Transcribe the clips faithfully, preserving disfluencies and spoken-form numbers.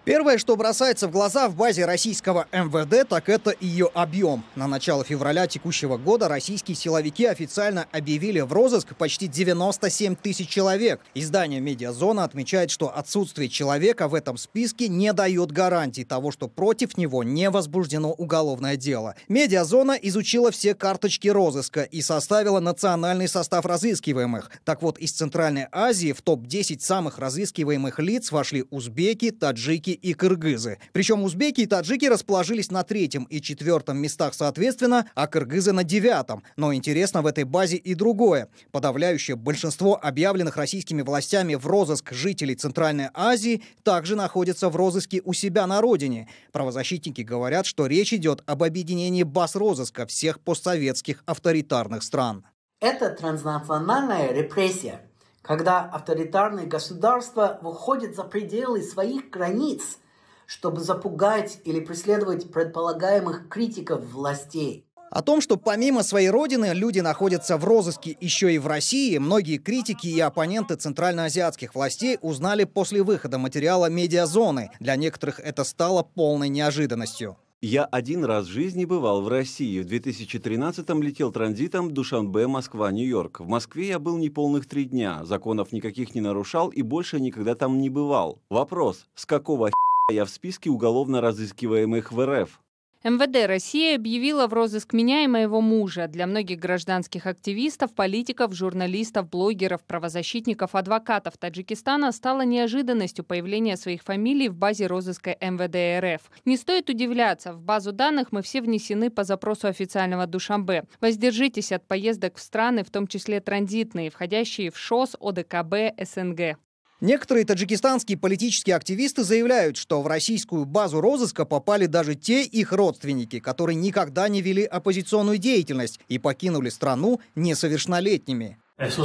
Первое, что бросается в глаза в базе российского эм вэ дэ, так это ее объем. На начало февраля текущего года российские силовики официально объявили в розыск почти девяносто семь тысяч человек. Издание «Медиазона» отмечает, что отсутствие человека в этом списке не дает гарантии того, что против него не возбуждено уголовное дело. «Медиазона» изучила все карточки розыска и составила национальный состав разыскиваемых. Так вот, из Центральной Азии в топ десять самых разыскиваемых лиц вошли узбеки, таджики и кыргызы. Причем узбеки и таджики расположились на третьем и четвертом местах соответственно, а кыргызы на девятом. Но интересно в этой базе и другое. Подавляющее большинство объявленных российскими властями в розыск жителей Центральной Азии также находятся в розыске у себя на родине. Правозащитники говорят, что речь идет об объединении баз розыска всех постсоветских авторитарных стран. Это транснациональная репрессия, когда авторитарные государства выходят за пределы своих границ, чтобы запугать или преследовать предполагаемых критиков властей. О том, что помимо своей родины люди находятся в розыске еще и в России, многие критики и оппоненты центральноазиатских властей узнали после выхода материала «Медиазоны». Для некоторых это стало полной неожиданностью. Я один раз в жизни бывал в России. В две тысячи тринадцатом летел транзитом Душанбе, Москва, Нью-Йорк. В Москве я был неполных три дня. Законов никаких не нарушал и больше никогда там не бывал. Вопрос: с какого хера я в списке уголовно разыскиваемых в эр эф? эм вэ дэ России объявила в розыск меня и моего мужа. Для многих гражданских активистов, политиков, журналистов, блогеров, правозащитников, адвокатов Таджикистана стало неожиданностью появления своих фамилий в базе розыска эм вэ дэ эр эф. Не стоит удивляться, в базу данных мы все внесены по запросу официального Душанбе. Воздержитесь от поездок в страны, в том числе транзитные, входящие в ШОС, о дэ ка бэ, эс эн гэ. Некоторые таджикистанские политические активисты заявляют, что в российскую базу розыска попали даже те их родственники, которые никогда не вели оппозиционную деятельность и покинули страну несовершеннолетними.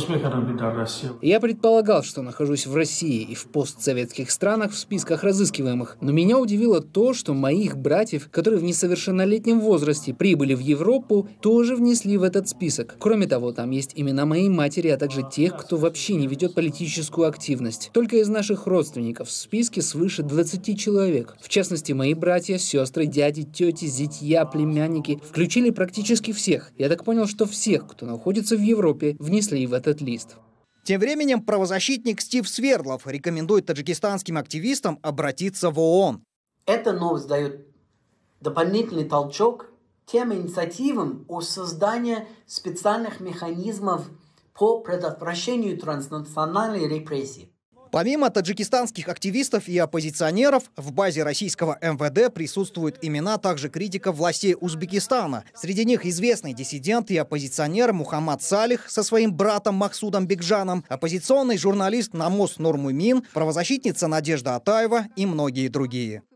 Я предполагал, что нахожусь в России и в постсоветских странах в списках разыскиваемых, но меня удивило то, что моих братьев, которые в несовершеннолетнем возрасте прибыли в Европу, тоже внесли в этот список. Кроме того, там есть имена моей матери, а также тех, кто вообще не ведет политическую активность. Только из наших родственников в списке свыше двадцати человек. В частности, мои братья, сестры, дяди, тети, зятья, племянники включили практически всех. Я так понял, что всех, кто находится в Европе, внесли в этот лист. Тем временем правозащитник Стив Свердлов рекомендует таджикистанским активистам обратиться в о о эн. Эта новость дает дополнительный толчок тем инициативам о создании специальных механизмов по предотвращению транснациональной репрессии. Помимо таджикистанских активистов и оппозиционеров, в базе российского эм вэ дэ присутствуют имена также критиков властей Узбекистана. Среди них известный диссидент и оппозиционер Мухаммад Салих со своим братом Махсудом Бекжаном, оппозиционный журналист Намоз Нурмумин, правозащитница Надежда Атаева и многие другие.